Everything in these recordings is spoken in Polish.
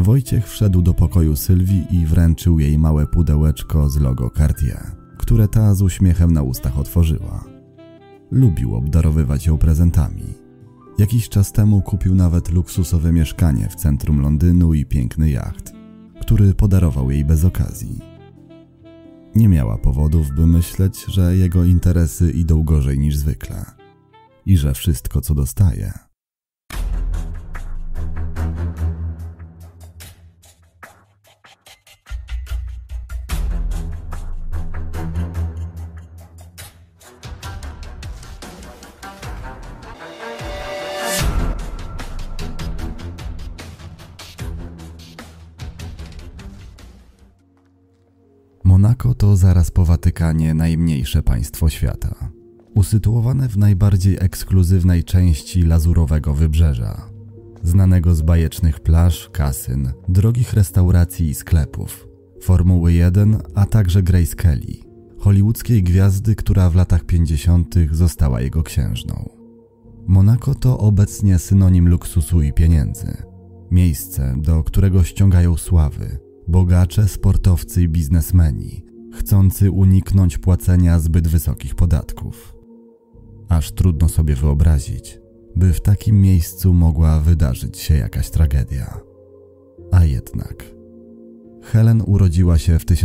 Wojciech wszedł do pokoju Sylwii i wręczył jej małe pudełeczko z logo Cartier, które ta z uśmiechem na ustach otworzyła. Lubił obdarowywać ją prezentami. Jakiś czas temu kupił nawet luksusowe mieszkanie w centrum Londynu i piękny jacht, który podarował jej bez okazji. Nie miała powodów, by myśleć, że jego interesy idą gorzej niż zwykle i że wszystko, co dostaje, Monako to zaraz po Watykanie najmniejsze państwo świata, usytuowane w najbardziej ekskluzywnej części lazurowego wybrzeża, znanego z bajecznych plaż, kasyn, drogich restauracji i sklepów, Formuły 1, a także Grace Kelly, hollywoodzkiej gwiazdy, która w latach 50. została jego księżną. Monako to obecnie synonim luksusu i pieniędzy, miejsce, do którego ściągają sławy, bogacze, sportowcy i biznesmeni, chcący uniknąć płacenia zbyt wysokich podatków. Aż trudno sobie wyobrazić, by w takim miejscu mogła wydarzyć się jakaś tragedia. A jednak. Helen urodziła się w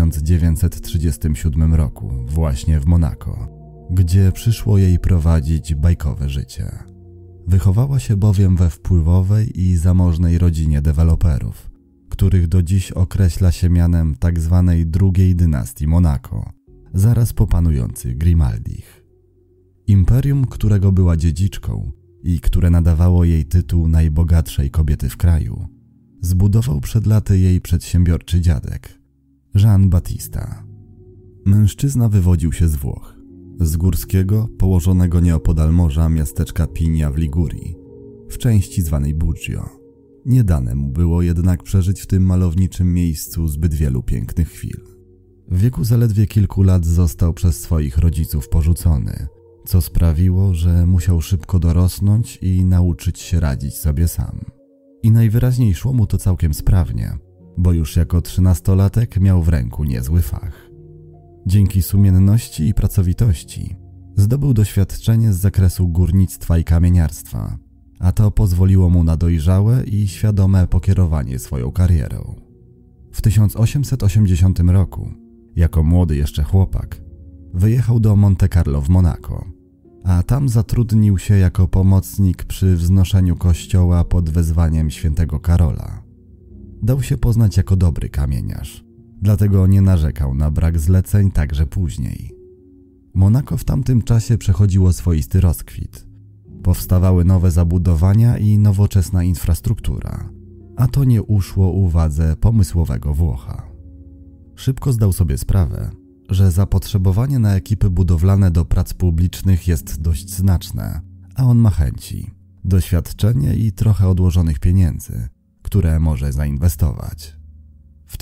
1937 roku, właśnie w Monako, gdzie przyszło jej prowadzić bajkowe życie. Wychowała się bowiem we wpływowej i zamożnej rodzinie deweloperów, których do dziś określa się mianem tzw. drugiej dynastii Monako, zaraz po panujących Grimaldich. Imperium, którego była dziedziczką i które nadawało jej tytuł najbogatszej kobiety w kraju, zbudował przed laty jej przedsiębiorczy dziadek, Jean Battista. Mężczyzna wywodził się z Włoch, z górskiego, położonego nieopodal morza miasteczka Piglia w Ligurii, w części zwanej Buggio. Nie dane mu było jednak przeżyć w tym malowniczym miejscu zbyt wielu pięknych chwil. W wieku zaledwie kilku lat został przez swoich rodziców porzucony, co sprawiło, że musiał szybko dorosnąć i nauczyć się radzić sobie sam. I najwyraźniej szło mu to całkiem sprawnie, bo już jako 13-latek miał w ręku niezły fach. Dzięki sumienności i pracowitości zdobył doświadczenie z zakresu górnictwa i kamieniarstwa, a to pozwoliło mu na dojrzałe i świadome pokierowanie swoją karierą. W 1880 roku, jako młody jeszcze chłopak, wyjechał do Monte Carlo w Monako, a tam zatrudnił się jako pomocnik przy wznoszeniu kościoła pod wezwaniem świętego Karola. Dał się poznać jako dobry kamieniarz, dlatego nie narzekał na brak zleceń także później. Monako w tamtym czasie przechodziło swoisty rozkwit. Powstawały nowe zabudowania i nowoczesna infrastruktura, a to nie uszło uwadze pomysłowego Włocha. Szybko zdał sobie sprawę, że zapotrzebowanie na ekipy budowlane do prac publicznych jest dość znaczne, a on ma chęci, doświadczenie i trochę odłożonych pieniędzy, które może zainwestować. W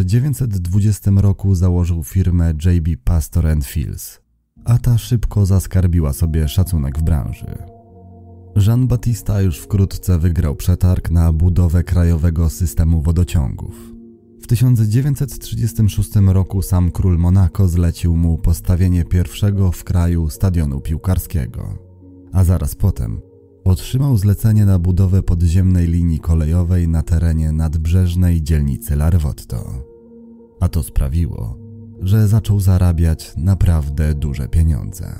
1920 roku założył firmę J.B. Pastor & Fields, a ta szybko zaskarbiła sobie szacunek w branży. Jean Battista już wkrótce wygrał przetarg na budowę krajowego systemu wodociągów. W 1936 roku sam król Monako zlecił mu postawienie pierwszego w kraju stadionu piłkarskiego, a zaraz potem otrzymał zlecenie na budowę podziemnej linii kolejowej na terenie nadbrzeżnej dzielnicy Larvotto. A to sprawiło, że zaczął zarabiać naprawdę duże pieniądze.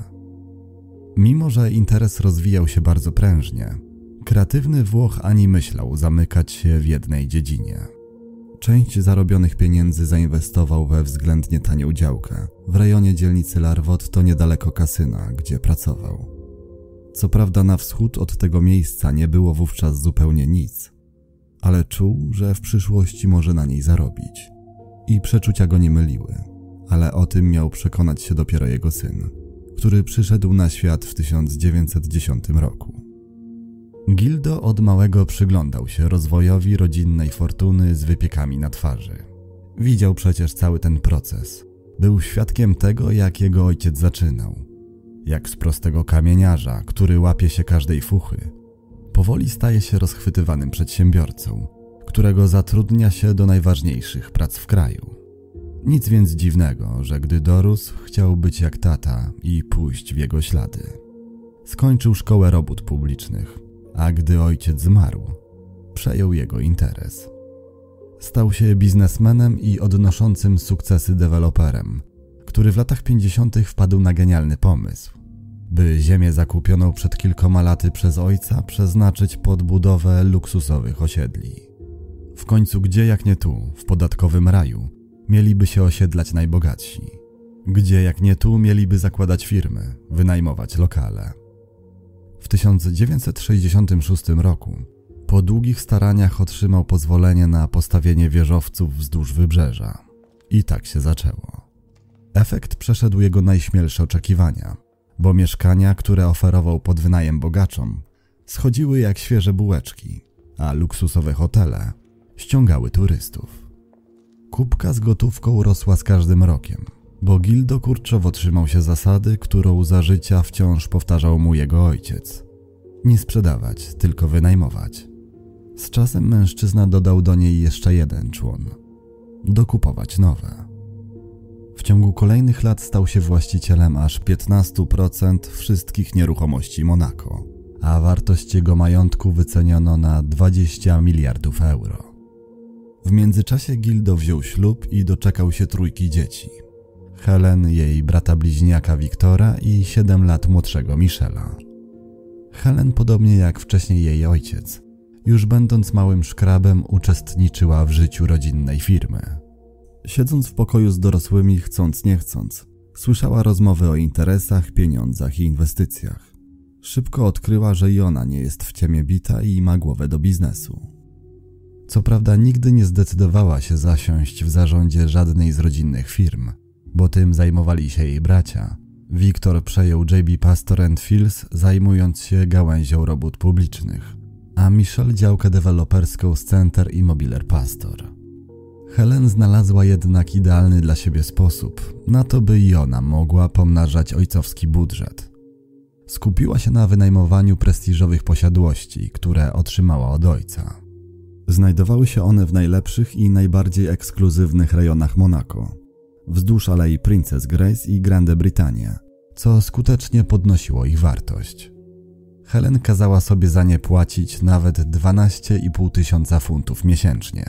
Mimo że interes rozwijał się bardzo prężnie, kreatywny Włoch ani myślał zamykać się w jednej dziedzinie. Część zarobionych pieniędzy zainwestował we względnie tanią działkę w rejonie dzielnicy Larvotto niedaleko kasyna, gdzie pracował. Co prawda na wschód od tego miejsca nie było wówczas zupełnie nic, ale czuł, że w przyszłości może na niej zarobić. I przeczucia go nie myliły, ale o tym miał przekonać się dopiero jego syn, który przyszedł na świat w 1910 roku. Gildo od małego przyglądał się rozwojowi rodzinnej fortuny z wypiekami na twarzy. Widział przecież cały ten proces. Był świadkiem tego, jak jego ojciec zaczynał. Jak z prostego kamieniarza, który łapie się każdej fuchy, powoli staje się rozchwytywanym przedsiębiorcą, którego zatrudnia się do najważniejszych prac w kraju. Nic więc dziwnego, że gdy dorósł, chciał być jak tata i pójść w jego ślady. Skończył szkołę robót publicznych, a gdy ojciec zmarł, przejął jego interes. Stał się biznesmenem i odnoszącym sukcesy deweloperem, który w latach 50. wpadł na genialny pomysł, by ziemię zakupioną przed kilkoma laty przez ojca przeznaczyć pod budowę luksusowych osiedli. W końcu gdzie jak nie tu, w podatkowym raju, mieliby się osiedlać najbogatsi. Gdzie jak nie tu mieliby zakładać firmy, wynajmować lokale. W 1966 roku po długich staraniach otrzymał pozwolenie na postawienie wieżowców wzdłuż wybrzeża. I tak się zaczęło. Efekt przeszedł jego najśmielsze oczekiwania, bo mieszkania, które oferował pod wynajem bogaczom, schodziły jak świeże bułeczki, a luksusowe hotele ściągały turystów. Kubka z gotówką rosła z każdym rokiem, bo Gildo kurczowo trzymał się zasady, którą za życia wciąż powtarzał mu jego ojciec. Nie sprzedawać, tylko wynajmować. Z czasem mężczyzna dodał do niej jeszcze jeden człon – dokupować nowe. W ciągu kolejnych lat stał się właścicielem aż 15% wszystkich nieruchomości Monako, a wartość jego majątku wyceniono na 20 miliardów euro. W międzyczasie Gildo wziął ślub i doczekał się 3 dzieci. Helen, jej brata bliźniaka Wiktora i 7 lat młodszego Michela. Helen, podobnie jak wcześniej jej ojciec, już będąc małym szkrabem, uczestniczyła w życiu rodzinnej firmy. Siedząc w pokoju z dorosłymi, chcąc nie chcąc, słyszała rozmowy o interesach, pieniądzach i inwestycjach. Szybko odkryła, że i ona nie jest w ciemię bita i ma głowę do biznesu. Co prawda nigdy nie zdecydowała się zasiąść w zarządzie żadnej z rodzinnych firm, bo tym zajmowali się jej bracia. Wiktor przejął JB Pastor & Fields, zajmując się gałęzią robót publicznych, a Michelle działkę deweloperską z Center Immobilier Pastor. Helen znalazła jednak idealny dla siebie sposób na to, by i ona mogła pomnażać ojcowski budżet. Skupiła się na wynajmowaniu prestiżowych posiadłości, które otrzymała od ojca. Znajdowały się one w najlepszych i najbardziej ekskluzywnych rejonach Monako, wzdłuż Alei Princess Grace i Grande Britannia, co skutecznie podnosiło ich wartość. Helen kazała sobie za nie płacić nawet 12,5 tysiąca funtów miesięcznie.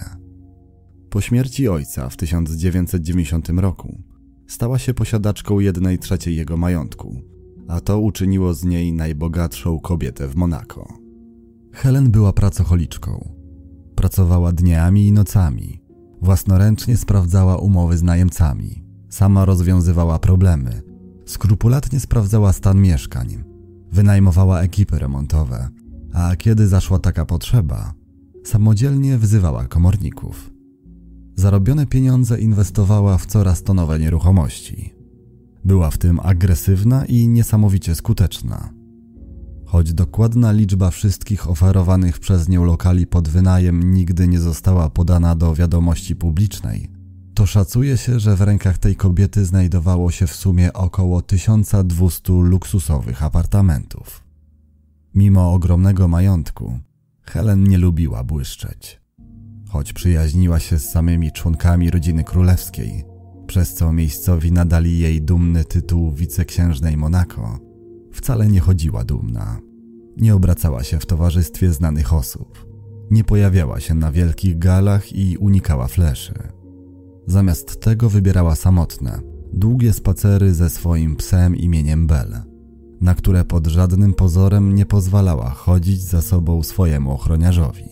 Po śmierci ojca w 1990 roku stała się posiadaczką 1/3 jego majątku, a to uczyniło z niej najbogatszą kobietę w Monako. Helen była pracocholiczką. Pracowała dniami i nocami, własnoręcznie sprawdzała umowy z najemcami, sama rozwiązywała problemy, skrupulatnie sprawdzała stan mieszkań, wynajmowała ekipy remontowe, a kiedy zaszła taka potrzeba, samodzielnie wzywała komorników. Zarobione pieniądze inwestowała w coraz to nowe nieruchomości. Była w tym agresywna i niesamowicie skuteczna. Choć dokładna liczba wszystkich oferowanych przez nią lokali pod wynajem nigdy nie została podana do wiadomości publicznej, to szacuje się, że w rękach tej kobiety znajdowało się w sumie około 1200 luksusowych apartamentów. Mimo ogromnego majątku, Helen nie lubiła błyszczeć. Choć przyjaźniła się z samymi członkami rodziny królewskiej, przez co miejscowi nadali jej dumny tytuł wiceksiężnej Monako, wcale nie chodziła dumna. Nie obracała się w towarzystwie znanych osób. Nie pojawiała się na wielkich galach i unikała fleszy. Zamiast tego wybierała samotne, długie spacery ze swoim psem imieniem Belle, na które pod żadnym pozorem nie pozwalała chodzić za sobą swojemu ochroniarzowi.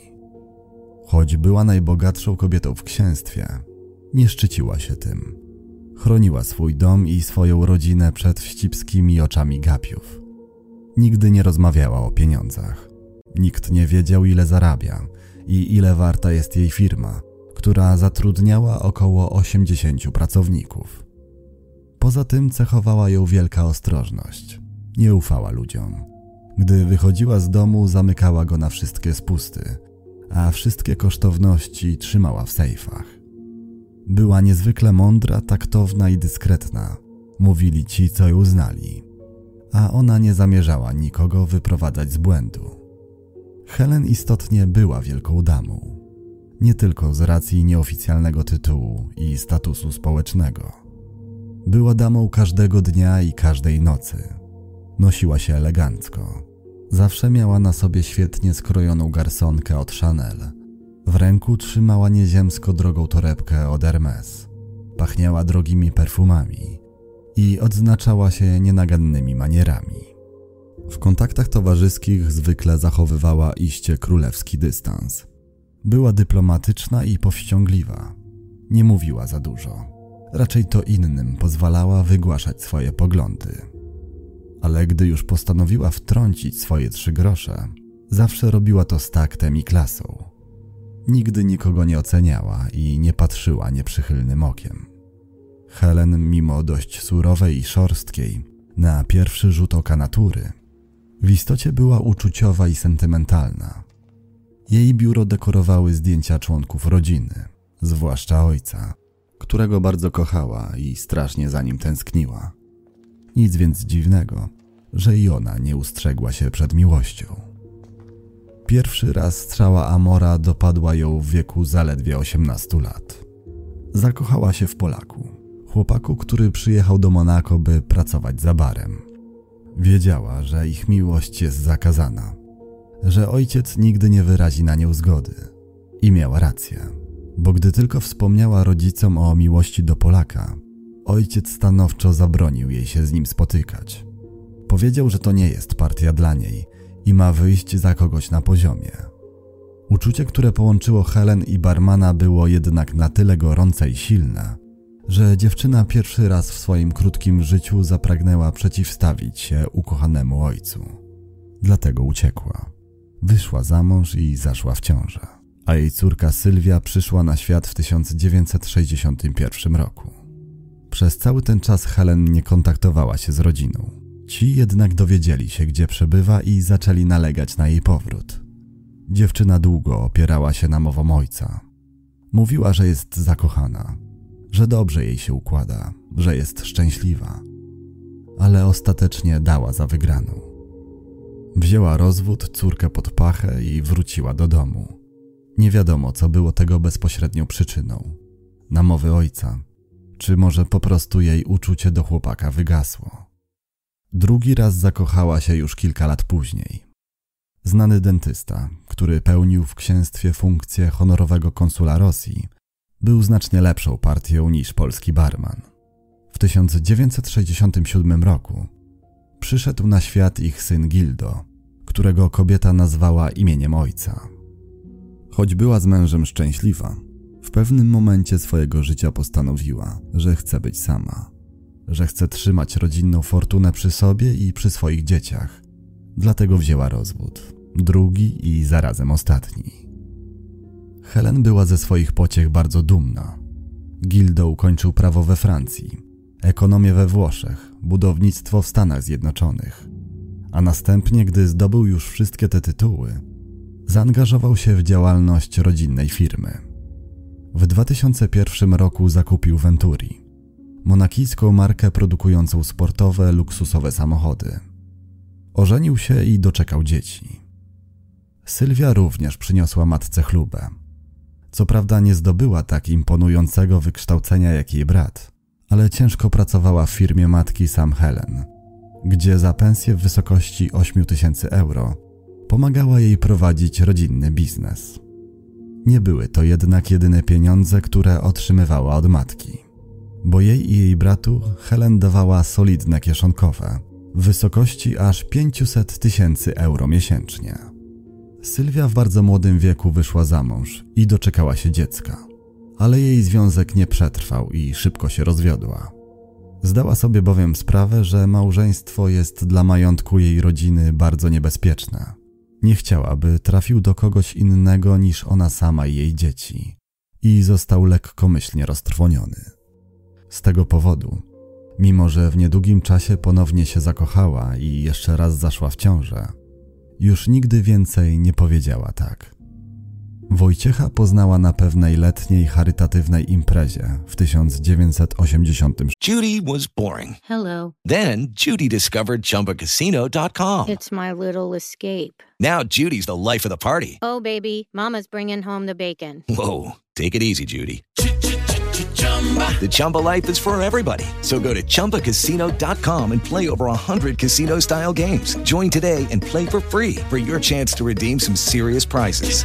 Choć była najbogatszą kobietą w księstwie, nie szczyciła się tym. Chroniła swój dom i swoją rodzinę przed wścibskimi oczami gapiów. Nigdy nie rozmawiała o pieniądzach. Nikt nie wiedział, ile zarabia i ile warta jest jej firma, która zatrudniała około 80 pracowników. Poza tym cechowała ją wielka ostrożność. Nie ufała ludziom. Gdy wychodziła z domu, zamykała go na wszystkie spusty, a wszystkie kosztowności trzymała w sejfach. Była niezwykle mądra, taktowna i dyskretna. Mówili ci, co ją znali. A ona nie zamierzała nikogo wyprowadzać z błędu. Helen istotnie była wielką damą. Nie tylko z racji nieoficjalnego tytułu i statusu społecznego. Była damą każdego dnia i każdej nocy. Nosiła się elegancko. Zawsze miała na sobie świetnie skrojoną garsonkę od Chanel. W ręku trzymała nieziemsko drogą torebkę od Hermes. Pachniała drogimi perfumami i odznaczała się nienagannymi manierami. W kontaktach towarzyskich zwykle zachowywała iście królewski dystans. Była dyplomatyczna i powściągliwa. Nie mówiła za dużo. Raczej to innym pozwalała wygłaszać swoje poglądy. Ale gdy już postanowiła wtrącić swoje 3 grosze, zawsze robiła to z taktem i klasą. Nigdy nikogo nie oceniała i nie patrzyła nieprzychylnym okiem. Helen, mimo dość surowej i szorstkiej, na pierwszy rzut oka natury, w istocie była uczuciowa i sentymentalna. Jej biuro dekorowały zdjęcia członków rodziny, zwłaszcza ojca, którego bardzo kochała i strasznie za nim tęskniła. Nic więc dziwnego, że i ona nie ustrzegła się przed miłością. Pierwszy raz strzała amora dopadła ją w wieku zaledwie 18 lat. Zakochała się w Polaku, chłopaku, który przyjechał do Monako, by pracować za barem. Wiedziała, że ich miłość jest zakazana, że ojciec nigdy nie wyrazi na nią zgody. I miała rację, bo gdy tylko wspomniała rodzicom o miłości do Polaka, ojciec stanowczo zabronił jej się z nim spotykać. Powiedział, że to nie jest partia dla niej i ma wyjść za kogoś na poziomie. Uczucie, które połączyło Helen i barmana, było jednak na tyle gorące i silne, że dziewczyna pierwszy raz w swoim krótkim życiu zapragnęła przeciwstawić się ukochanemu ojcu. Dlatego uciekła. Wyszła za mąż i zaszła w ciążę, a jej córka Sylwia przyszła na świat w 1961 roku. Przez cały ten czas Helen nie kontaktowała się z rodziną. Ci jednak dowiedzieli się, gdzie przebywa i zaczęli nalegać na jej powrót. Dziewczyna długo opierała się namowom ojca. Mówiła, że jest zakochana, że dobrze jej się układa, że jest szczęśliwa, ale ostatecznie dała za wygraną. Wzięła rozwód, córkę pod pachę i wróciła do domu. Nie wiadomo, co było tego bezpośrednią przyczyną. Namowy ojca, czy może po prostu jej uczucie do chłopaka wygasło. Drugi raz zakochała się już kilka lat później. Znany dentysta, który pełnił w księstwie funkcję honorowego konsula Rosji, był znacznie lepszą partią niż polski barman. W 1967 roku przyszedł na świat ich syn Gildo, którego kobieta nazwała imieniem ojca. Choć była z mężem szczęśliwa, w pewnym momencie swojego życia postanowiła, że chce być sama, że chce trzymać rodzinną fortunę przy sobie i przy swoich dzieciach. Dlatego wzięła rozwód, drugi i zarazem ostatni. Helen była ze swoich pociech bardzo dumna. Gildo ukończył prawo we Francji, ekonomię we Włoszech, budownictwo w Stanach Zjednoczonych, a następnie, gdy zdobył już wszystkie te tytuły, zaangażował się w działalność rodzinnej firmy. W 2001 roku zakupił Venturi, monakijską markę produkującą sportowe, luksusowe samochody. Ożenił się i doczekał dzieci. Sylwia również przyniosła matce chlubę. Co prawda nie zdobyła tak imponującego wykształcenia jak jej brat, ale ciężko pracowała w firmie matki Sam Helen, gdzie za pensję w wysokości 8000 euro pomagała jej prowadzić rodzinny biznes. Nie były to jednak jedyne pieniądze, które otrzymywała od matki, bo jej i jej bratu Helen dawała solidne kieszonkowe w wysokości aż 500 000 euro miesięcznie. Sylwia w bardzo młodym wieku wyszła za mąż i doczekała się dziecka, ale jej związek nie przetrwał i szybko się rozwiodła. Zdała sobie bowiem sprawę, że małżeństwo jest dla majątku jej rodziny bardzo niebezpieczne. Nie chciała, by trafił do kogoś innego niż ona sama i jej dzieci i został lekkomyślnie roztrwoniony. Z tego powodu, mimo że w niedługim czasie ponownie się zakochała i jeszcze raz zaszła w ciążę, już nigdy więcej nie powiedziała tak. Wojciecha poznała na pewnej letniej charytatywnej imprezie w 1980. Judy was boring. Hello. Then Judy discovered ChumbaCasino.com. It's my little escape. Now Judy's the life of the party. Oh, baby, mama's bringing home the bacon. Whoa, take it easy, Judy. The Chumba life is for everybody. So go to ChumbaCasino.com and play over 100 casino-style games. Join today and play for free for your chance to redeem some serious prizes.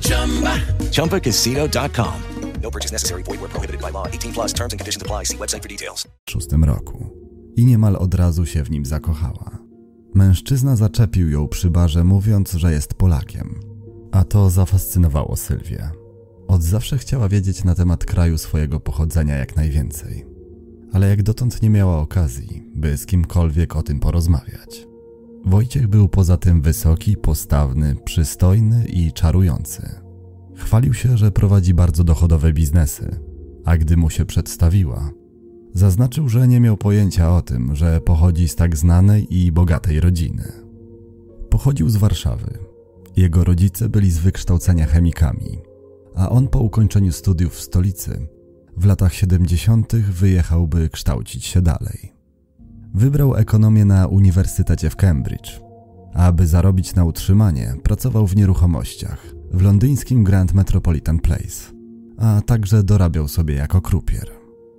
ChumbaCasino.com. No purchase necessary. Void where prohibited by law. 18 plus terms and conditions apply. See website for details. W 2006 roku i niemal od razu się w nim zakochała. Mężczyzna zaczepił ją przy barze, mówiąc, że jest Polakiem. A to zafascynowało Sylwię. Od zawsze chciała wiedzieć na temat kraju swojego pochodzenia jak najwięcej. Ale jak dotąd nie miała okazji, by z kimkolwiek o tym porozmawiać. Wojciech był poza tym wysoki, postawny, przystojny i czarujący. Chwalił się, że prowadzi bardzo dochodowe biznesy, a gdy mu się przedstawiła, zaznaczył, że nie miał pojęcia o tym, że pochodzi z tak znanej i bogatej rodziny. Pochodził z Warszawy. Jego rodzice byli z wykształcenia chemikami, a on po ukończeniu studiów w stolicy w latach 70. wyjechał, by kształcić się dalej. Wybrał ekonomię na Uniwersytecie w Cambridge, a aby zarobić na utrzymanie, pracował w nieruchomościach w londyńskim Grand Metropolitan Place, a także dorabiał sobie jako krupier.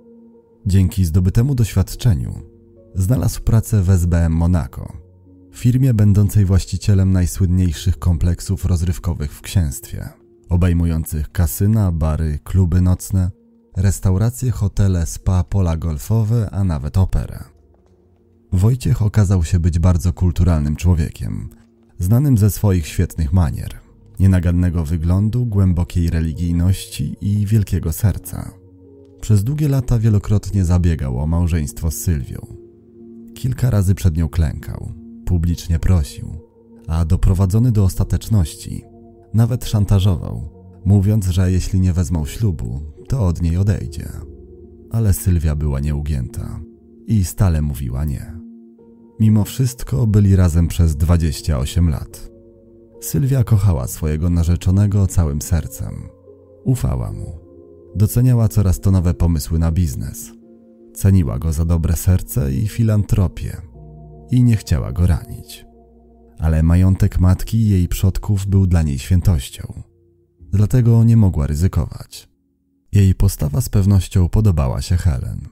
Dzięki zdobytemu doświadczeniu znalazł pracę w SBM Monaco, firmie będącej właścicielem najsłynniejszych kompleksów rozrywkowych w księstwie, obejmujących kasyna, bary, kluby nocne, restauracje, hotele, spa, pola golfowe, a nawet operę. Wojciech okazał się być bardzo kulturalnym człowiekiem, znanym ze swoich świetnych manier, nienagannego wyglądu, głębokiej religijności i wielkiego serca. Przez długie lata wielokrotnie zabiegał o małżeństwo z Sylwią. Kilka razy przed nią klękał, publicznie prosił, a doprowadzony do ostateczności nawet szantażował, mówiąc, że jeśli nie wezmą ślubu, to od niej odejdzie. Ale Sylwia była nieugięta i stale mówiła nie. Mimo wszystko byli razem przez 28 lat. Sylwia kochała swojego narzeczonego całym sercem. Ufała mu. Doceniała coraz to nowe pomysły na biznes. Ceniła go za dobre serce i filantropię. I nie chciała go ranić. Ale majątek matki i jej przodków był dla niej świętością. Dlatego nie mogła ryzykować. Jej postawa z pewnością podobała się Helen.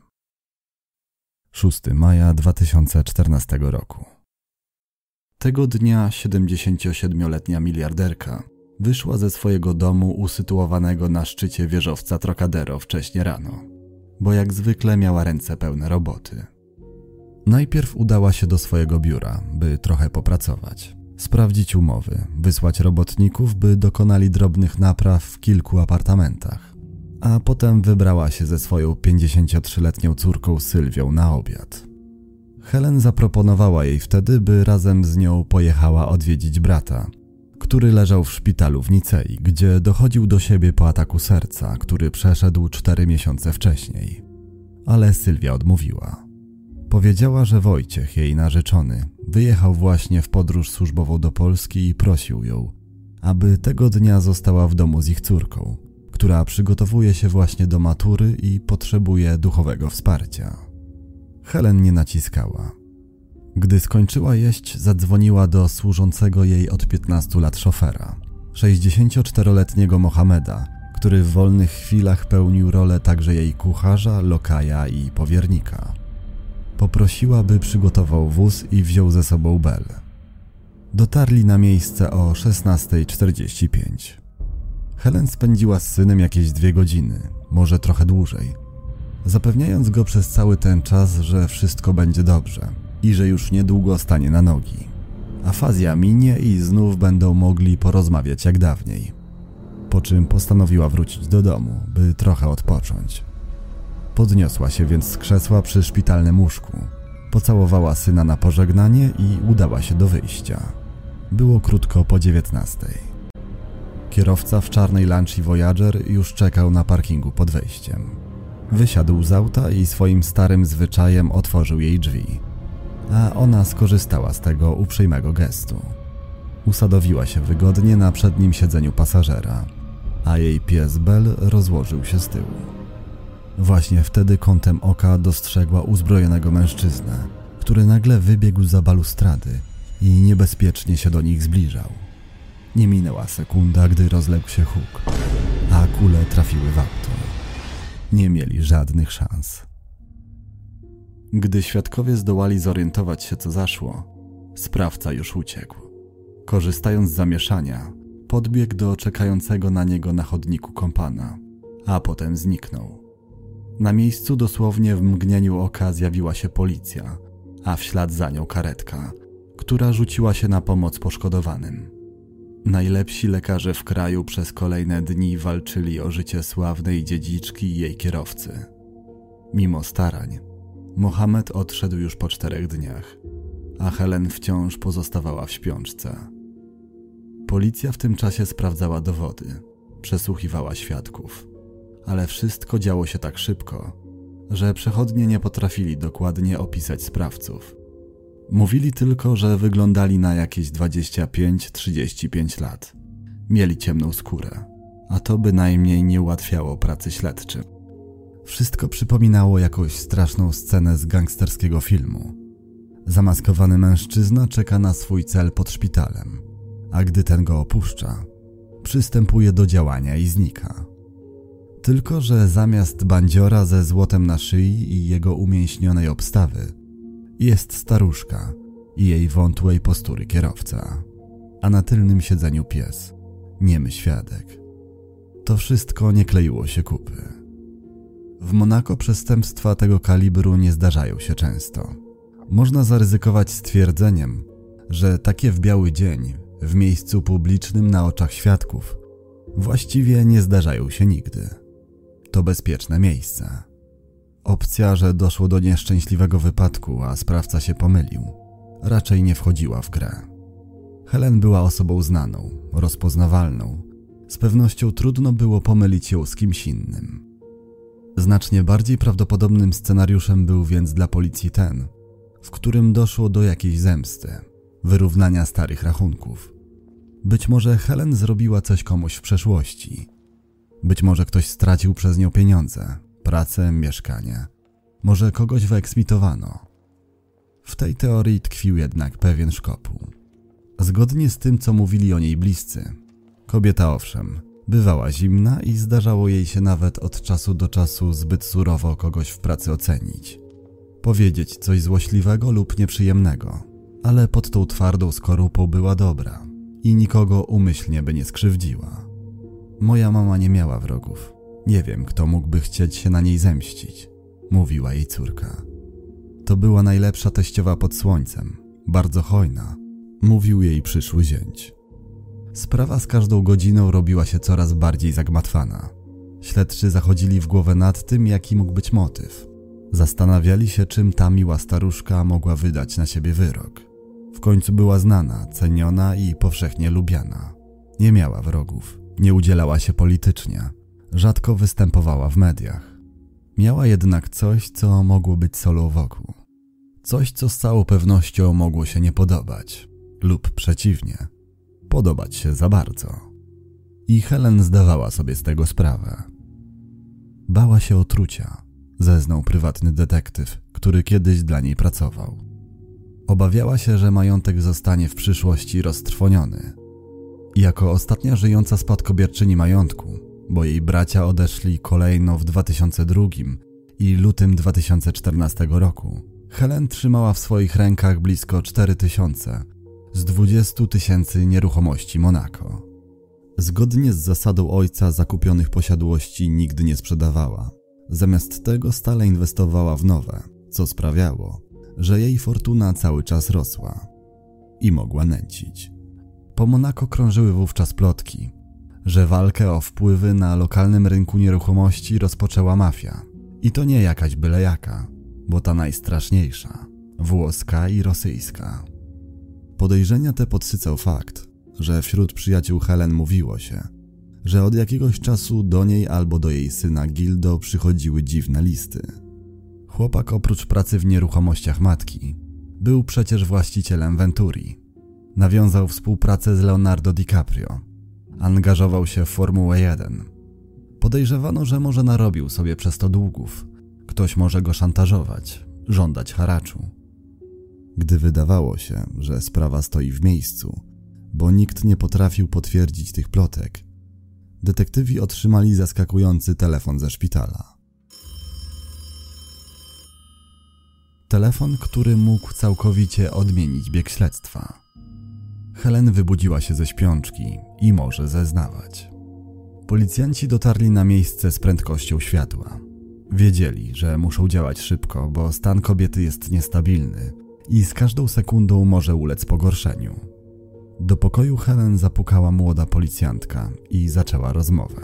6 maja 2014 roku. Tego dnia 77-letnia miliarderka wyszła ze swojego domu usytuowanego na szczycie wieżowca Trocadero wcześnie rano, bo jak zwykle miała ręce pełne roboty. Najpierw udała się do swojego biura, by trochę popracować, sprawdzić umowy, wysłać robotników, by dokonali drobnych napraw w kilku apartamentach, a potem wybrała się ze swoją 53-letnią córką Sylwią na obiad. Helen zaproponowała jej wtedy, by razem z nią pojechała odwiedzić brata, który leżał w szpitalu w Nicei, gdzie dochodził do siebie po ataku serca, który przeszedł 4 miesiące wcześniej. Ale Sylwia odmówiła. Powiedziała, że Wojciech, jej narzeczony, wyjechał właśnie w podróż służbową do Polski i prosił ją, aby tego dnia została w domu z ich córką, która przygotowuje się właśnie do matury i potrzebuje duchowego wsparcia. Helen nie naciskała. Gdy skończyła jeść, zadzwoniła do służącego jej od 15 lat szofera, 64-letniego Mohameda, który w wolnych chwilach pełnił rolę także jej kucharza, lokaja i powiernika. Poprosiła, by przygotował wóz i wziął ze sobą Bel. Dotarli na miejsce o 16:45. Helen spędziła z synem jakieś 2 godziny, może trochę dłużej, zapewniając go przez cały ten czas, że wszystko będzie dobrze i że już niedługo stanie na nogi. Afazja minie i znów będą mogli porozmawiać jak dawniej. Po czym postanowiła wrócić do domu, by trochę odpocząć. Podniosła się więc z krzesła przy szpitalnym łóżku, pocałowała syna na pożegnanie i udała się do wyjścia. Było krótko po 19:00. Kierowca w czarnej Lancia Voyager już czekał na parkingu pod wejściem. Wysiadł z auta i swoim starym zwyczajem otworzył jej drzwi, a ona skorzystała z tego uprzejmego gestu. Usadowiła się wygodnie na przednim siedzeniu pasażera a jej pies Bell rozłożył się z tyłu. Właśnie wtedy kątem oka dostrzegła uzbrojonego mężczyznę, który nagle wybiegł za balustrady i niebezpiecznie się do nich zbliżał. Nie minęła sekunda, gdy rozległ się huk, a kule trafiły w auto. Nie mieli żadnych szans. Gdy świadkowie zdołali zorientować się, co zaszło, sprawca już uciekł. Korzystając z zamieszania, podbiegł do czekającego na niego na chodniku kompana, a potem zniknął. Na miejscu dosłownie w mgnieniu oka zjawiła się policja, a w ślad za nią karetka, która rzuciła się na pomoc poszkodowanym. Najlepsi lekarze w kraju przez kolejne dni walczyli o życie sławnej dziedziczki i jej kierowcy. Mimo starań, Mohamed odszedł już po 4 dniach, a Helen wciąż pozostawała w śpiączce. Policja w tym czasie sprawdzała dowody, przesłuchiwała świadków, ale wszystko działo się tak szybko, że przechodnie nie potrafili dokładnie opisać sprawców. Mówili tylko, że wyglądali na jakieś 25-35 lat. Mieli ciemną skórę, a to bynajmniej nie ułatwiało pracy śledczym. Wszystko przypominało jakąś straszną scenę z gangsterskiego filmu. Zamaskowany mężczyzna czeka na swój cel pod szpitalem, a gdy ten go opuszcza, przystępuje do działania i znika. Tylko że zamiast bandziora ze złotem na szyi i jego umięśnionej obstawy jest staruszka i jej wątłej postury kierowca, a na tylnym siedzeniu pies, niemy świadek. To wszystko nie kleiło się kupy. W Monako przestępstwa tego kalibru nie zdarzają się często. Można zaryzykować stwierdzeniem, że takie w biały dzień, w miejscu publicznym na oczach świadków, właściwie nie zdarzają się nigdy. To bezpieczne miejsce. Opcja, że doszło do nieszczęśliwego wypadku, a sprawca się pomylił, raczej nie wchodziła w grę. Helen była osobą znaną, rozpoznawalną. Z pewnością trudno było pomylić ją z kimś innym. Znacznie bardziej prawdopodobnym scenariuszem był więc dla policji ten, w którym doszło do jakiejś zemsty, wyrównania starych rachunków. Być może Helen zrobiła coś komuś w przeszłości. Być może ktoś stracił przez nią pieniądze, pracę, mieszkanie. Może kogoś wyeksmitowano. W tej teorii tkwił jednak pewien szkopuł. Zgodnie z tym, co mówili o niej bliscy, kobieta owszem, bywała zimna i zdarzało jej się nawet od czasu do czasu zbyt surowo kogoś w pracy ocenić. Powiedzieć coś złośliwego lub nieprzyjemnego, ale pod tą twardą skorupą była dobra i nikogo umyślnie by nie skrzywdziła. Moja mama nie miała wrogów. Nie wiem, kto mógłby chcieć się na niej zemścić, mówiła jej córka. To była najlepsza teściowa pod słońcem, bardzo hojna, mówił jej przyszły zięć. Sprawa z każdą godziną robiła się coraz bardziej zagmatwana. Śledczy zachodzili w głowę nad tym, jaki mógł być motyw. Zastanawiali się, czym ta miła staruszka mogła wydać na siebie wyrok. W końcu była znana, ceniona i powszechnie lubiana. Nie miała wrogów, nie udzielała się politycznie, rzadko występowała w mediach. Miała jednak coś, co mogło być solą wokół. Coś, co z całą pewnością mogło się nie podobać. Lub przeciwnie, podobać się za bardzo. I Helen zdawała sobie z tego sprawę. Bała się otrucia, zeznał prywatny detektyw, który kiedyś dla niej pracował. Obawiała się, że majątek zostanie w przyszłości roztrwoniony. Jako ostatnia żyjąca spadkobierczyni majątku, bo jej bracia odeszli kolejno w 2002 i lutym 2014 roku, Helen trzymała w swoich rękach blisko 4000 z 20 000 nieruchomości Monako. Zgodnie z zasadą ojca zakupionych posiadłości nigdy nie sprzedawała. Zamiast tego stale inwestowała w nowe, co sprawiało, że jej fortuna cały czas rosła i mogła nęcić. Po Monako krążyły wówczas plotki, że walkę o wpływy na lokalnym rynku nieruchomości rozpoczęła mafia. I to nie jakaś byle jaka, bo ta najstraszniejsza, włoska i rosyjska. Podejrzenia te podsycał fakt, że wśród przyjaciół Helen mówiło się, że od jakiegoś czasu do niej albo do jej syna Gildo przychodziły dziwne listy. Chłopak oprócz pracy w nieruchomościach matki był przecież właścicielem Venturi. Nawiązał współpracę z Leonardo DiCaprio, Angażował się w Formułę 1. Podejrzewano, że może narobił sobie przez to długów. Ktoś może go szantażować, żądać haraczu. Gdy wydawało się, że sprawa stoi w miejscu, bo nikt nie potrafił potwierdzić tych plotek, detektywi otrzymali zaskakujący telefon ze szpitala. Telefon, który mógł całkowicie odmienić bieg śledztwa. Helen wybudziła się ze śpiączki i może zeznawać. Policjanci dotarli na miejsce z prędkością światła. Wiedzieli, że muszą działać szybko, bo stan kobiety jest niestabilny i z każdą sekundą może ulec pogorszeniu. Do pokoju Helen zapukała młoda policjantka i zaczęła rozmowę.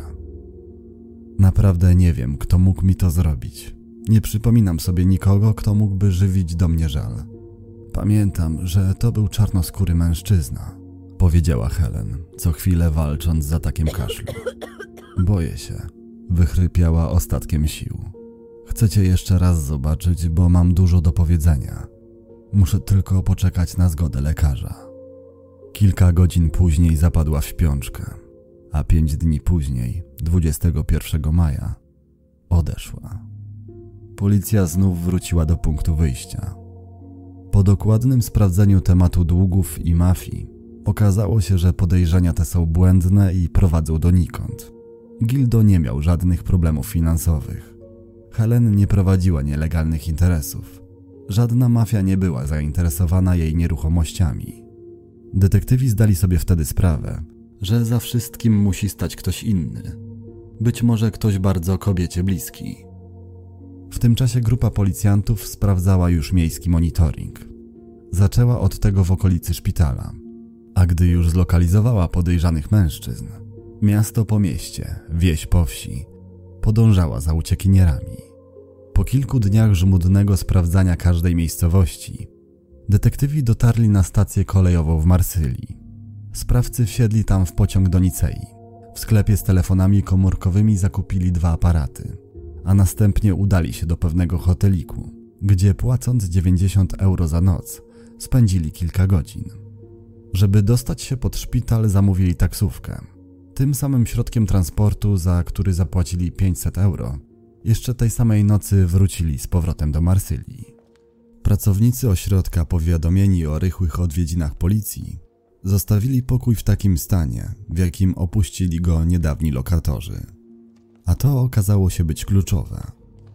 Naprawdę nie wiem, kto mógł mi to zrobić. Nie przypominam sobie nikogo, kto mógłby żywić do mnie żal. Pamiętam, że to był czarnoskóry mężczyzna, powiedziała Helen, co chwilę walcząc z atakiem kaszlu. Boję się, wychrypiała ostatkiem sił. Chcę cię jeszcze raz zobaczyć, bo mam dużo do powiedzenia. Muszę tylko poczekać na zgodę lekarza. Kilka godzin później zapadła w śpiączkę, a 5 dni później, 21 maja, odeszła. Policja znów wróciła do punktu wyjścia. Po dokładnym sprawdzeniu tematu długów i mafii okazało się, że podejrzenia te są błędne i prowadzą donikąd. Gildo nie miał żadnych problemów finansowych. Helen nie prowadziła nielegalnych interesów. Żadna mafia nie była zainteresowana jej nieruchomościami. Detektywi zdali sobie wtedy sprawę, że za wszystkim musi stać ktoś inny. Być może ktoś bardzo kobiecie bliski. W tym czasie grupa policjantów sprawdzała już miejski monitoring. Zaczęła od tego w okolicy szpitala, a gdy już zlokalizowała podejrzanych mężczyzn, miasto po mieście, wieś po wsi, podążała za uciekinierami. Po kilku dniach żmudnego sprawdzania każdej miejscowości, detektywi dotarli na stację kolejową w Marsylii. Sprawcy wsiedli tam w pociąg do Nicei. W sklepie z telefonami komórkowymi zakupili 2 aparaty, a następnie udali się do pewnego hoteliku, gdzie płacąc 90 € za noc, spędzili kilka godzin. Żeby dostać się pod szpital, zamówili taksówkę. Tym samym środkiem transportu, za który zapłacili 500 €, jeszcze tej samej nocy wrócili z powrotem do Marsylii. Pracownicy ośrodka, powiadomieni o rychłych odwiedzinach policji, zostawili pokój w takim stanie, w jakim opuścili go niedawni lokatorzy. A to okazało się być kluczowe.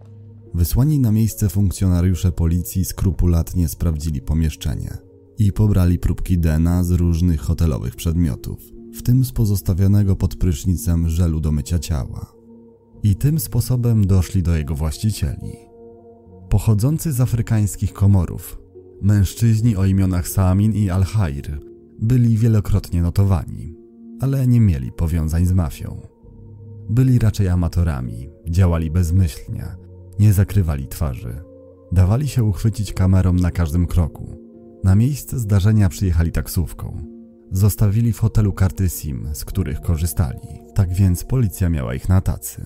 Wysłani na miejsce funkcjonariusze policji skrupulatnie sprawdzili pomieszczenie i pobrali próbki DNA z różnych hotelowych przedmiotów, w tym z pozostawionego pod prysznicem żelu do mycia ciała. I tym sposobem doszli do jego właścicieli. Pochodzący z afrykańskich Komorów, mężczyźni o imionach Saamin i Al-Hair byli wielokrotnie notowani, ale nie mieli powiązań z mafią. Byli raczej amatorami, działali bezmyślnie, nie zakrywali twarzy. Dawali się uchwycić kamerą na każdym kroku. Na miejsce zdarzenia przyjechali taksówką. Zostawili w hotelu karty SIM, z których korzystali. Tak więc policja miała ich na tacy.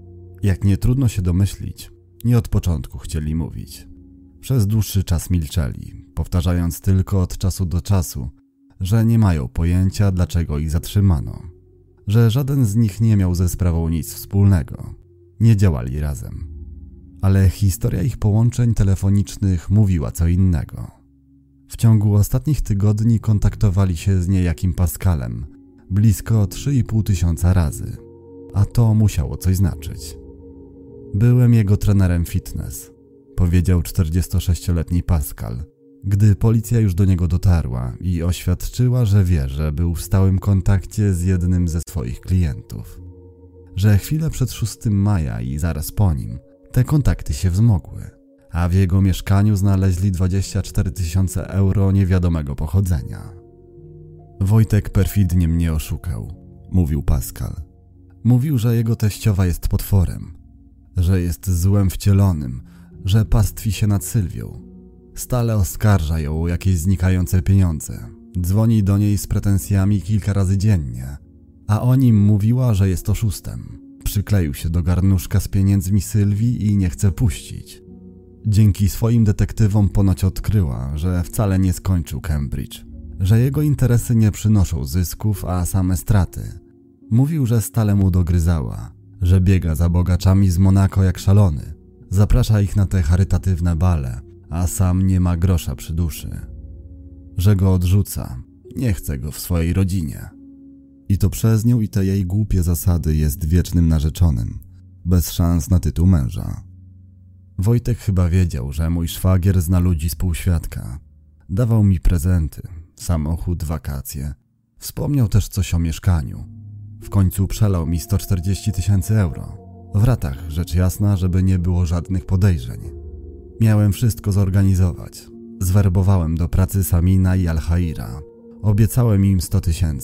Jak nie trudno się domyślić, nie od początku chcieli mówić. Przez dłuższy czas milczeli, powtarzając tylko od czasu do czasu, że nie mają pojęcia, dlaczego ich zatrzymano. Że żaden z nich nie miał ze sprawą nic wspólnego. Nie działali razem. Ale historia ich połączeń telefonicznych mówiła co innego. W ciągu ostatnich tygodni kontaktowali się z niejakim Pascalem blisko 3500 razy, a to musiało coś znaczyć. Byłem jego trenerem fitness, powiedział 46-letni Pascal, gdy policja już do niego dotarła i oświadczyła, że wie, że był w stałym kontakcie z jednym ze swoich klientów. Że chwilę przed 6 maja i zaraz po nim te kontakty się wzmogły, a w jego mieszkaniu znaleźli 24 000 € niewiadomego pochodzenia. Wojtek perfidnie mnie oszukał, mówił Pascal. Mówił, że jego teściowa jest potworem, że jest złem wcielonym, że pastwi się nad Sylwią. Stale oskarża ją o jakieś znikające pieniądze. Dzwoni do niej z pretensjami kilka razy dziennie, a o nim mówiła, że jest oszustem. Przykleił się do garnuszka z pieniędzmi Sylwii i nie chce puścić. Dzięki swoim detektywom ponoć odkryła, że wcale nie skończył Cambridge, że jego interesy nie przynoszą zysków, a same straty, Mówił, że stale mu dogryzała, że biega za bogaczami z Monako jak szalony. Zaprasza ich na te charytatywne bale, a sam nie ma grosza przy duszy. Że go odrzuca, nie chce go w swojej rodzinie. I to przez nią i te jej głupie zasady jest wiecznym narzeczonym, bez szans na tytuł męża. Wojtek chyba wiedział, że mój szwagier zna ludzi z półświadka. Dawał mi prezenty, samochód, wakacje. Wspomniał też coś o mieszkaniu. W końcu przelał mi 140 000 euro. W ratach, rzecz jasna, żeby nie było żadnych podejrzeń. Miałem wszystko zorganizować. Zwerbowałem do pracy Samina i Al-Haira. Obiecałem im 100 000.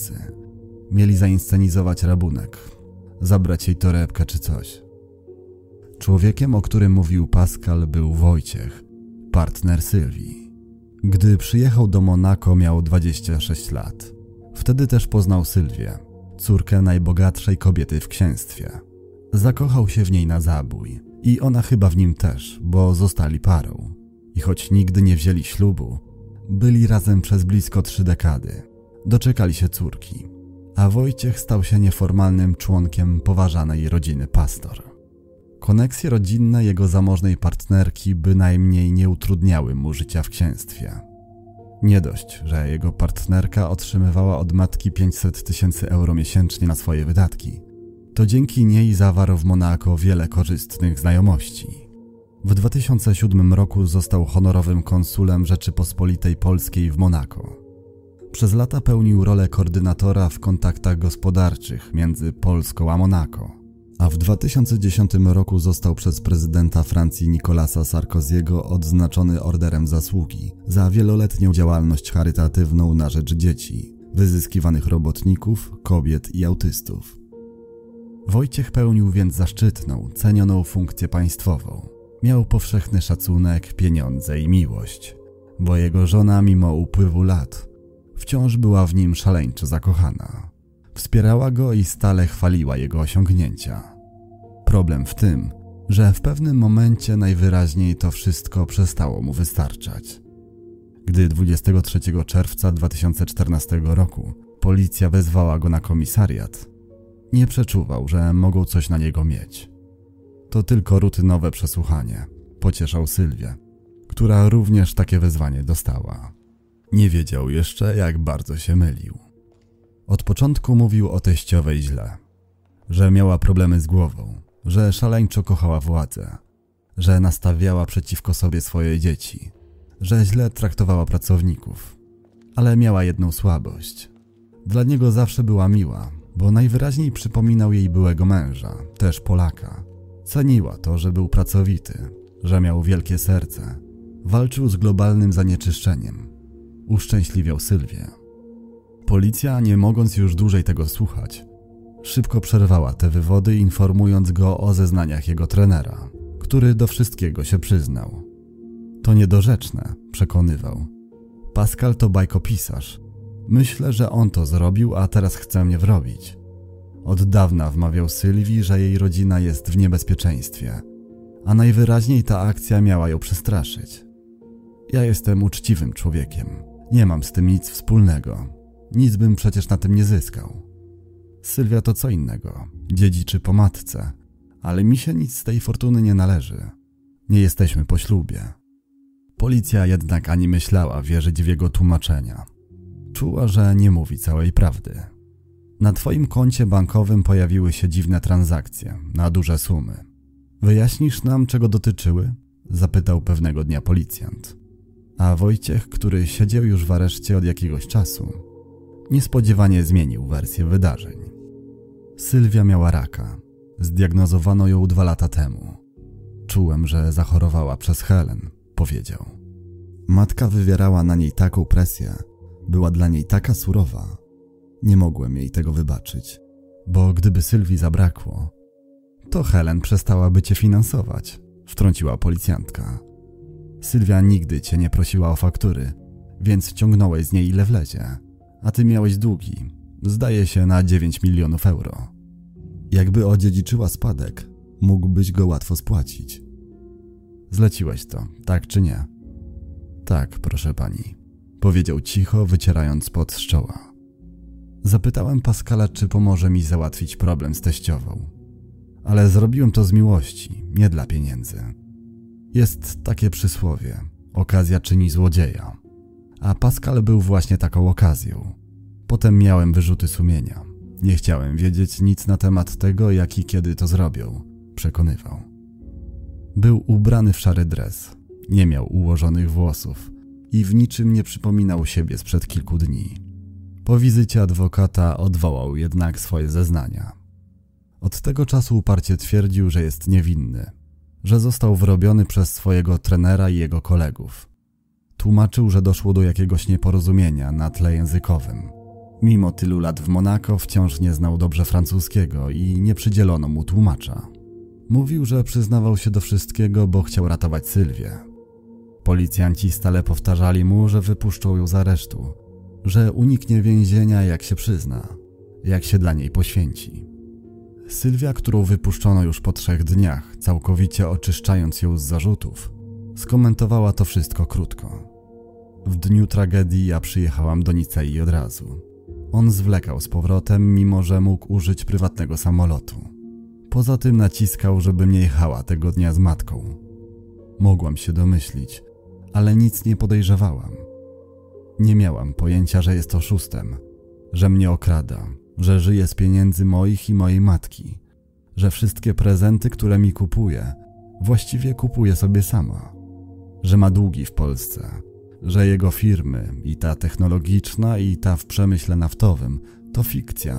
Mieli zainscenizować rabunek. Zabrać jej torebkę czy coś. Człowiekiem, o którym mówił Pascal, był Wojciech, partner Sylwii. Gdy przyjechał do Monako, miał 26 lat. Wtedy też poznał Sylwię, córkę najbogatszej kobiety w księstwie. Zakochał się w niej na zabój i ona chyba w nim też, bo zostali parą. I choć nigdy nie wzięli ślubu, byli razem przez blisko 3 dekady. Doczekali się córki, a Wojciech stał się nieformalnym członkiem poważanej rodziny Pastor. Koneksje rodzinne jego zamożnej partnerki bynajmniej nie utrudniały mu życia w księstwie. Nie dość, że jego partnerka otrzymywała od matki 500 000 euro miesięcznie na swoje wydatki, to dzięki niej zawarł w Monako wiele korzystnych znajomości. W 2007 roku został honorowym konsulem Rzeczypospolitej Polskiej w Monako. Przez lata pełnił rolę koordynatora w kontaktach gospodarczych między Polską a Monako, a w 2010 roku został przez prezydenta Francji Nicolasa Sarkozy'ego odznaczony Orderem Zasługi za wieloletnią działalność charytatywną na rzecz dzieci, wyzyskiwanych robotników, kobiet i autystów. Wojciech pełnił więc zaszczytną, cenioną funkcję państwową. Miał powszechny szacunek, pieniądze i miłość, bo jego żona, mimo upływu lat, wciąż była w nim szaleńczo zakochana. Wspierała go i stale chwaliła jego osiągnięcia. Problem w tym, że w pewnym momencie najwyraźniej to wszystko przestało mu wystarczać. Gdy 23 czerwca 2014 roku policja wezwała go na komisariat, nie przeczuwał, że mogą coś na niego mieć. To tylko rutynowe przesłuchanie, pocieszał Sylwię, która również takie wezwanie dostała. Nie wiedział jeszcze, jak bardzo się mylił. Od początku mówił o teściowej źle, że miała problemy z głową, że szaleńczo kochała władzę, że nastawiała przeciwko sobie swoje dzieci, że źle traktowała pracowników, ale miała jedną słabość. Dla niego zawsze była miła, bo najwyraźniej przypominał jej byłego męża, też Polaka. Ceniła to, że był pracowity, że miał wielkie serce, walczył z globalnym zanieczyszczeniem. Uszczęśliwiał Sylwię. Policja, nie mogąc już dłużej tego słuchać, szybko przerwała te wywody, informując go o zeznaniach jego trenera, który do wszystkiego się przyznał. To niedorzeczne, przekonywał. Pascal to bajkopisarz. Myślę, że on to zrobił, a teraz chce mnie wrobić. Od dawna wmawiał Sylwii, że jej rodzina jest w niebezpieczeństwie, a najwyraźniej ta akcja miała ją przestraszyć. Ja jestem uczciwym człowiekiem. Nie mam z tym nic wspólnego. Nic bym przecież na tym nie zyskał. Sylwia to co innego. Dziedziczy po matce, ale mi się nic z tej fortuny nie należy. Nie jesteśmy po ślubie. Policja jednak ani myślała wierzyć w jego tłumaczenia. Czuła, że nie mówi całej prawdy. Na twoim koncie bankowym pojawiły się dziwne transakcje, na duże sumy. Wyjaśnisz nam, czego dotyczyły? Zapytał pewnego dnia policjant. A Wojciech, który siedział już w areszcie od jakiegoś czasu, niespodziewanie zmienił wersję wydarzeń. Sylwia miała raka. Zdiagnozowano ją 2 lata temu. Czułem, że zachorowała przez Helen, powiedział. Matka wywierała na niej taką presję, była dla niej taka surowa. Nie mogłem jej tego wybaczyć, bo gdyby Sylwii zabrakło, to Helen przestałaby cię finansować, wtrąciła policjantka. Sylwia nigdy cię nie prosiła o faktury, więc ciągnąłeś z niej ile wlezie, a ty miałeś długi, zdaje się na 9 milionów euro. Jakby odziedziczyła spadek, mógłbyś go łatwo spłacić. Zleciłeś to, tak czy nie? Tak, proszę pani, powiedział cicho, wycierając pot z czoła. Zapytałem Pascala, czy pomoże mi załatwić problem z teściową. Ale zrobiłem to z miłości, nie dla pieniędzy. Jest takie przysłowie: okazja czyni złodzieja. A Pascal był właśnie taką okazją. Potem miałem wyrzuty sumienia. Nie chciałem wiedzieć nic na temat tego, jak i kiedy to zrobią. Przekonywał. Był ubrany w szary dres. Nie miał ułożonych włosów i w niczym nie przypominał siebie sprzed kilku dni. Po wizycie adwokata odwołał jednak swoje zeznania. Od tego czasu uparcie twierdził, że jest niewinny, że został wrobiony przez swojego trenera i jego kolegów. Tłumaczył, że doszło do jakiegoś nieporozumienia na tle językowym. Mimo tylu lat w Monako wciąż nie znał dobrze francuskiego i nie przydzielono mu tłumacza. Mówił, że przyznawał się do wszystkiego, bo chciał ratować Sylwię. Policjanci stale powtarzali mu, że wypuszczą ją z aresztu, że uniknie więzienia, jak się przyzna, jak się dla niej poświęci. Sylwia, którą wypuszczono już po 3 dniach, całkowicie oczyszczając ją z zarzutów, skomentowała to wszystko krótko. W dniu tragedii ja przyjechałam do Nicei od razu. On zwlekał z powrotem, mimo że mógł użyć prywatnego samolotu. Poza tym naciskał, żebym nie jechała tego dnia z matką. Mogłam się domyślić, ale nic nie podejrzewałam. Nie miałam pojęcia, że jest oszustem, że mnie okrada, że żyje z pieniędzy moich i mojej matki, że wszystkie prezenty, które mi kupuje, właściwie kupuje sobie sama, że ma długi w Polsce, że jego firmy, i ta technologiczna, i ta w przemyśle naftowym, to fikcja,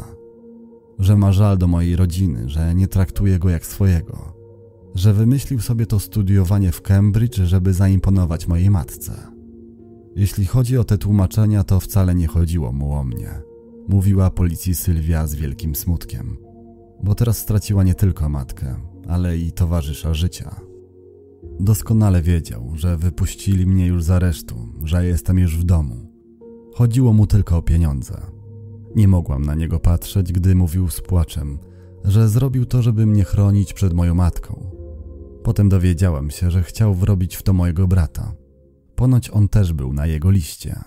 że ma żal do mojej rodziny, że nie traktuje go jak swojego, że wymyślił sobie to studiowanie w Cambridge, żeby zaimponować mojej matce. Jeśli chodzi o te tłumaczenia, to wcale nie chodziło mu o mnie, mówiła policji Sylwia z wielkim smutkiem, bo teraz straciła nie tylko matkę, ale i towarzysza życia. Doskonale wiedział, że wypuścili mnie już z aresztu, że jestem już w domu. Chodziło mu tylko o pieniądze. Nie mogłam na niego patrzeć, gdy mówił z płaczem, że zrobił to, żeby mnie chronić przed moją matką. Potem dowiedziałam się, że chciał wrobić w to mojego brata. Ponoć on też był na jego liście.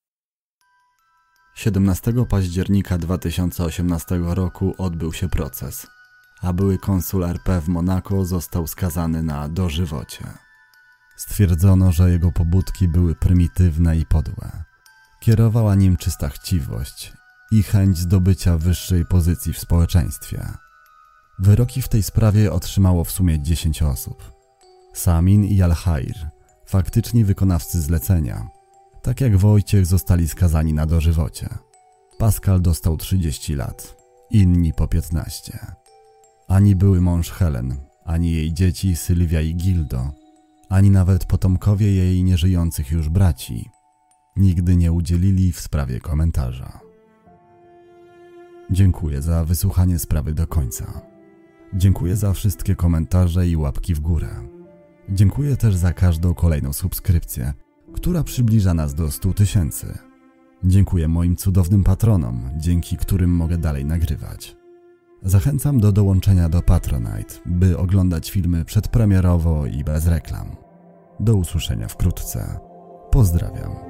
17 października 2018 roku odbył się proces, a były konsul RP w Monako został skazany na dożywocie. Stwierdzono, że jego pobudki były prymitywne i podłe. Kierowała nim czysta chciwość i chęć zdobycia wyższej pozycji w społeczeństwie. Wyroki w tej sprawie otrzymało w sumie 10 osób. Samin i Al-Hair, faktyczni wykonawcy zlecenia, tak jak Wojciech, zostali skazani na dożywocie. Pascal dostał 30 lat, inni po 15. Ani były mąż Helen, ani jej dzieci Sylwia i Gildo, ani nawet potomkowie jej nieżyjących już braci nigdy nie udzielili w sprawie komentarza. Dziękuję za wysłuchanie sprawy do końca. Dziękuję za wszystkie komentarze i łapki w górę. Dziękuję też za każdą kolejną subskrypcję, która przybliża nas do 100 000. Dziękuję moim cudownym patronom, dzięki którym mogę dalej nagrywać. Zachęcam do dołączenia do Patronite, by oglądać filmy przedpremierowo i bez reklam. Do usłyszenia wkrótce. Pozdrawiam.